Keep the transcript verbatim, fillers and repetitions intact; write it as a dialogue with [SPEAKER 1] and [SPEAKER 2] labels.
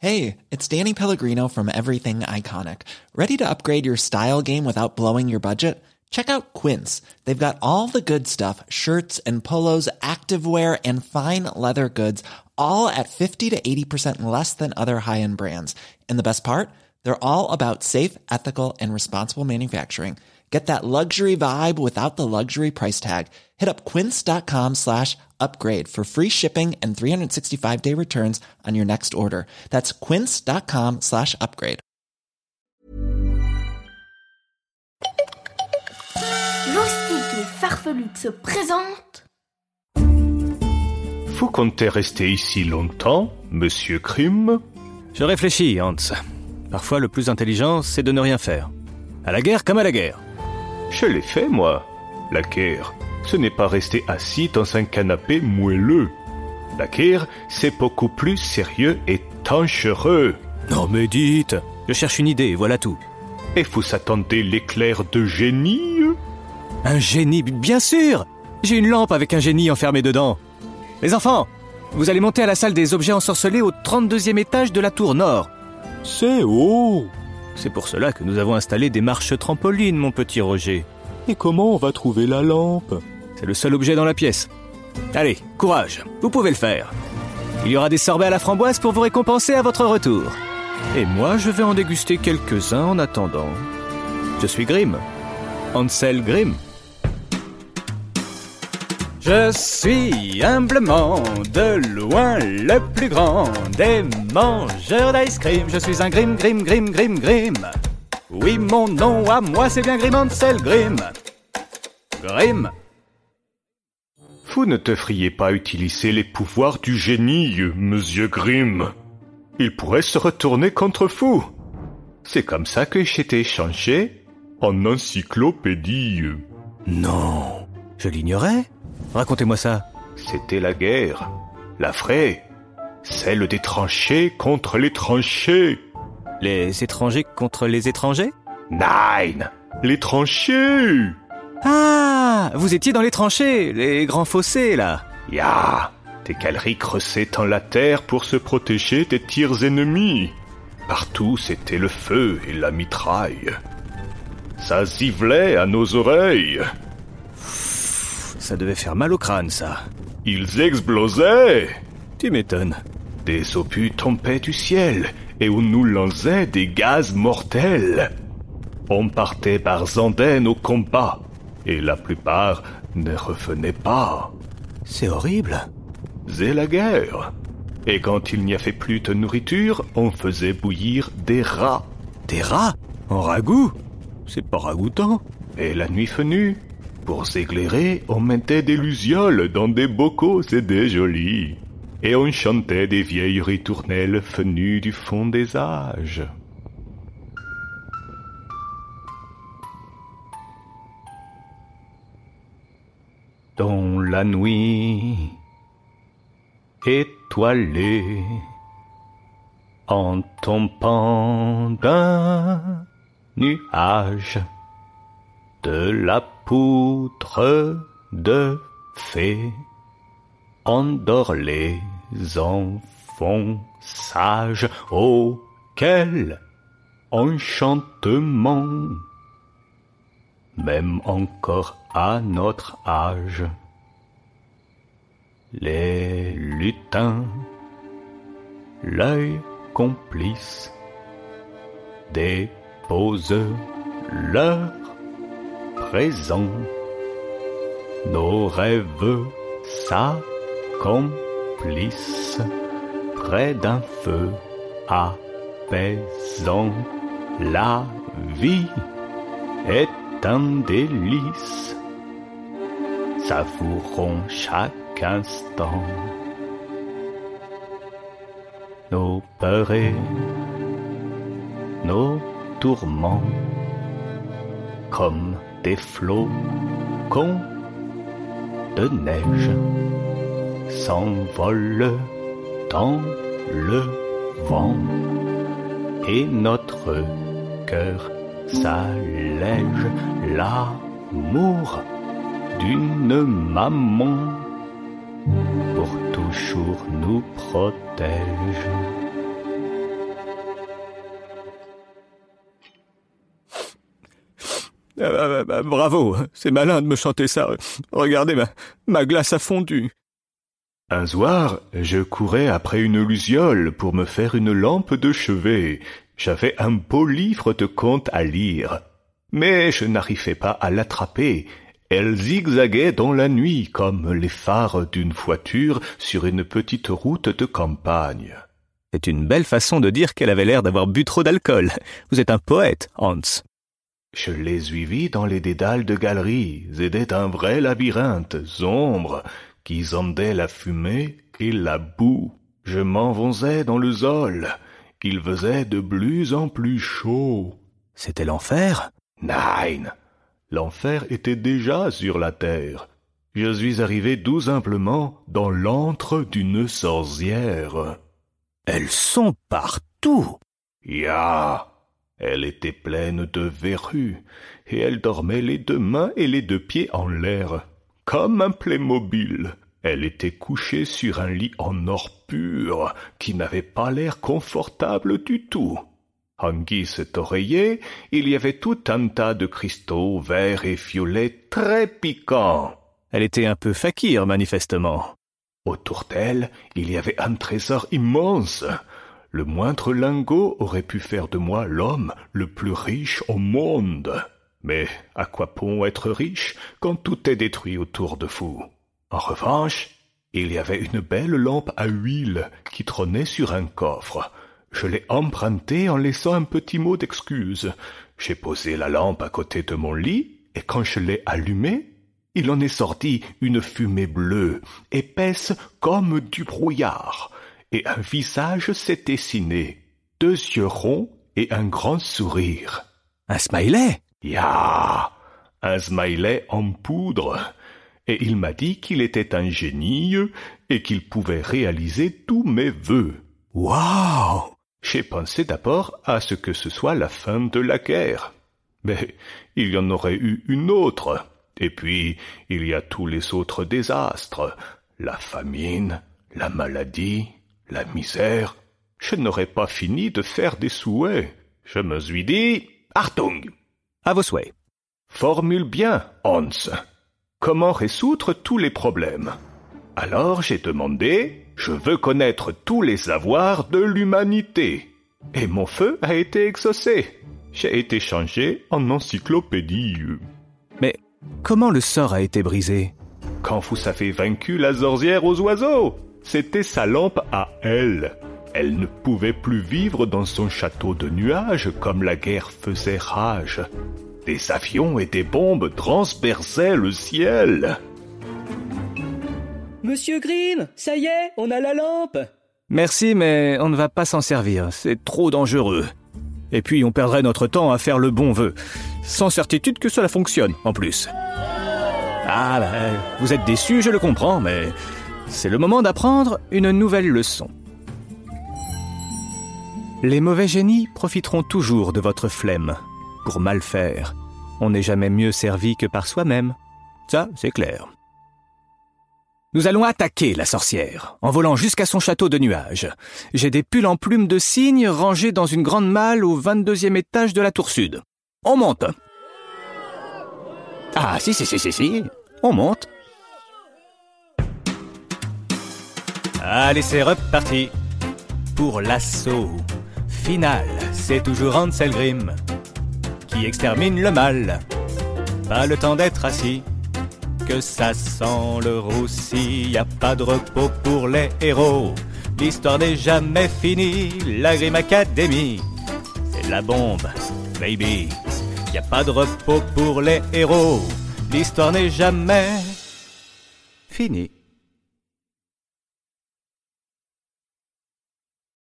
[SPEAKER 1] Hey, it's Danny Pellegrino from Everything Iconic. Ready to upgrade your style game without blowing your budget? Check out Quince. They've got all the good stuff, shirts and polos, activewear, and fine leather goods, all at fifty to eighty percent less than other high-end brands. And the best part? They're all about safe, ethical, and responsible manufacturing. Get that luxury vibe without the luxury price tag. Hit up quince.com slash upgrade for free shipping and three sixty-five day returns on your next order. That's quince.com slash upgrade.
[SPEAKER 2] Loustique et Farfelude se présentent.
[SPEAKER 3] Vous comptez rester ici longtemps, Monsieur Grimm?
[SPEAKER 4] Je réfléchis, Hans. Parfois, le plus intelligent, c'est de ne rien faire. À la guerre comme à la guerre.
[SPEAKER 3] Je l'ai fait, moi. La guerre, ce n'est pas rester assis dans un canapé moelleux. La guerre, c'est beaucoup plus sérieux et dangereux.
[SPEAKER 4] Non mais dites, je cherche une idée, voilà tout.
[SPEAKER 3] Et vous attendez l'éclair de génie?
[SPEAKER 4] Un génie, bien sûr! J'ai une lampe avec un génie enfermé dedans. Les enfants, vous allez monter à la salle des objets ensorcelés au trente-deuxième étage de la tour nord.
[SPEAKER 5] C'est haut!
[SPEAKER 4] C'est pour cela que nous avons installé des marches trampolines, mon petit Roger.
[SPEAKER 5] Et comment on va trouver la lampe?
[SPEAKER 4] C'est le seul objet dans la pièce. Allez, courage, vous pouvez le faire. Il y aura des sorbets à la framboise pour vous récompenser à votre retour. Et moi, je vais en déguster quelques-uns en attendant. Je suis Grimm. Hansel Grimm. Je suis humblement de loin le plus grand des mangeurs d'ice cream. Je suis un Grimm, Grimm, Grimm, Grimm, Grimm. Oui, mon nom à moi, c'est bien Grimm Hansel Grimm. Grimm.
[SPEAKER 3] Vous ne devriez pas utiliser les pouvoirs du génie, Monsieur Grimm. Il pourrait se retourner contre vous. C'est comme ça que j'étais changé en encyclopédie.
[SPEAKER 4] Non, je l'ignorais. Racontez-moi ça.
[SPEAKER 3] C'était la guerre, la vraie, celle des tranchées contre les tranchées.
[SPEAKER 4] Les étrangers contre les étrangers?
[SPEAKER 3] Nein, les tranchées.
[SPEAKER 4] Ah, vous étiez dans les tranchées, les grands fossés, là.
[SPEAKER 3] Ya, des galeries creusées dans la terre pour se protéger des tirs ennemis. Partout, c'était le feu et la mitraille. Ça zivelait à nos oreilles.
[SPEAKER 4] Ça devait faire mal au crâne, ça.
[SPEAKER 3] Ils explosaient.
[SPEAKER 4] Tu m'étonnes.
[SPEAKER 3] Des obus tombaient du ciel et on nous lançait des gaz mortels. On partait par centaines au combat et la plupart ne revenaient pas.
[SPEAKER 4] C'est horrible.
[SPEAKER 3] C'est la guerre. Et quand il n'y avait plus de nourriture, on faisait bouillir des rats.
[SPEAKER 4] Des rats? En ragoût? C'est pas ragoûtant.
[SPEAKER 3] Et la nuit venue, pour s'éclairer, on mettait des lucioles dans des bocaux, c'était joli. Et on chantait des vieilles ritournelles venues du fond des âges. Dans la nuit étoilée, en tombant d'un nuage, de la poudre de fée, endort les enfants sages. Oh, quel enchantement! Même encore à notre âge, les lutins, l'œil complice, déposent leur présent. Nos rêves s'accomplissent près d'un feu apaisant. La vie est un délice, savourons chaque instant. Nos peurs et nos tourments, comme des flocons de neige, s'envolent dans le vent et notre cœur s'allège. L'amour d'une maman pour toujours nous protège.
[SPEAKER 4] Euh, euh, bravo, c'est malin de me chanter ça. Regardez, ma, ma glace a fondu.
[SPEAKER 3] Un soir, je courais après une lusiole pour me faire une lampe de chevet. J'avais un beau livre de contes à lire. Mais je n'arrivais pas à l'attraper. Elle zigzaguait dans la nuit comme les phares d'une voiture sur une petite route de campagne.
[SPEAKER 4] C'est une belle façon de dire qu'elle avait l'air d'avoir bu trop d'alcool. Vous êtes un poète, Hans.
[SPEAKER 3] Je l'ai suivie dans les dédales de galeries. C'était un vrai labyrinthe sombre qui sondait la fumée et la boue. Je m'enfonçais dans le sol. Il faisait de plus en plus chaud.
[SPEAKER 4] C'était l'enfer?
[SPEAKER 3] Nein, l'enfer était déjà sur la terre. Je suis arrivé tout simplement dans l'antre d'une sorcière.
[SPEAKER 4] Elles sont partout.
[SPEAKER 3] Ya, elle était pleine de verrues, et elle dormait les deux mains et les deux pieds en l'air, comme un Playmobil. Elle était couchée sur un lit en or pur, qui n'avait pas l'air confortable du tout. En guise d'oreiller, il y avait tout un tas de cristaux verts et violets très piquants.
[SPEAKER 4] Elle était un peu fakir, manifestement.
[SPEAKER 3] Autour d'elle, il y avait un trésor immense. Le moindre lingot aurait pu faire de moi l'homme le plus riche au monde. Mais à quoi bon être riche quand tout est détruit autour de vous? En revanche, il y avait une belle lampe à huile qui trônait sur un coffre. Je l'ai empruntée en laissant un petit mot d'excuse. J'ai posé la lampe à côté de mon lit, et quand je l'ai allumée, il en est sorti une fumée bleue, épaisse comme du brouillard, et un visage s'est dessiné, deux yeux ronds et un grand sourire.
[SPEAKER 4] Un smiley?
[SPEAKER 3] Ya, un smiley en poudre. Et il m'a dit qu'il était un génie et qu'il pouvait réaliser tous mes vœux.
[SPEAKER 4] Waouh!
[SPEAKER 3] J'ai pensé d'abord à ce que ce soit la fin de la guerre. Mais il y en aurait eu une autre. Et puis, il y a tous les autres désastres. La famine, la maladie, la misère. Je n'aurais pas fini de faire des souhaits. Je me suis dit, Achtung!
[SPEAKER 4] À vos souhaits.
[SPEAKER 3] Formule bien, Hans. Comment résoudre tous les problèmes? Alors j'ai demandé, je veux connaître tous les savoirs de l'humanité. Et mon feu a été exaucé. J'ai été changé en encyclopédie.
[SPEAKER 4] Mais comment le sort a été brisé?
[SPEAKER 3] Quand vous avez vaincu la sorcière aux oiseaux, c'était sa lampe à elle. Elle ne pouvait plus vivre dans son château de nuages comme la guerre faisait rage. Des avions et des bombes transperçaient le ciel.
[SPEAKER 6] Monsieur Grimm, ça y est, on a la lampe.
[SPEAKER 4] Merci, mais on ne va pas s'en servir, c'est trop dangereux. Et puis on perdrait notre temps à faire le bon vœu, sans certitude que cela fonctionne, en plus. Ah, bah, vous êtes déçus, je le comprends, mais c'est le moment d'apprendre une nouvelle leçon. Les mauvais génies profiteront toujours de votre flemme pour mal faire. On n'est jamais mieux servi que par soi-même. Ça, c'est clair. Nous allons attaquer la sorcière, en volant jusqu'à son château de nuages. J'ai des pulls en plumes de cygne rangés dans une grande malle au vingt-deuxième étage de la tour sud. On monte. Ah, si, si, si, si, si. On monte. Allez, c'est reparti. Pour l'assaut final, c'est toujours Hansel Grimm qui extermine le mal. Pas le temps d'être assis, que ça sent le roussi. Y a pas de repos pour les héros. L'histoire n'est jamais finie. La Grimm Academy, c'est la bombe, baby. Y a pas de repos pour les héros. L'histoire n'est jamais finie.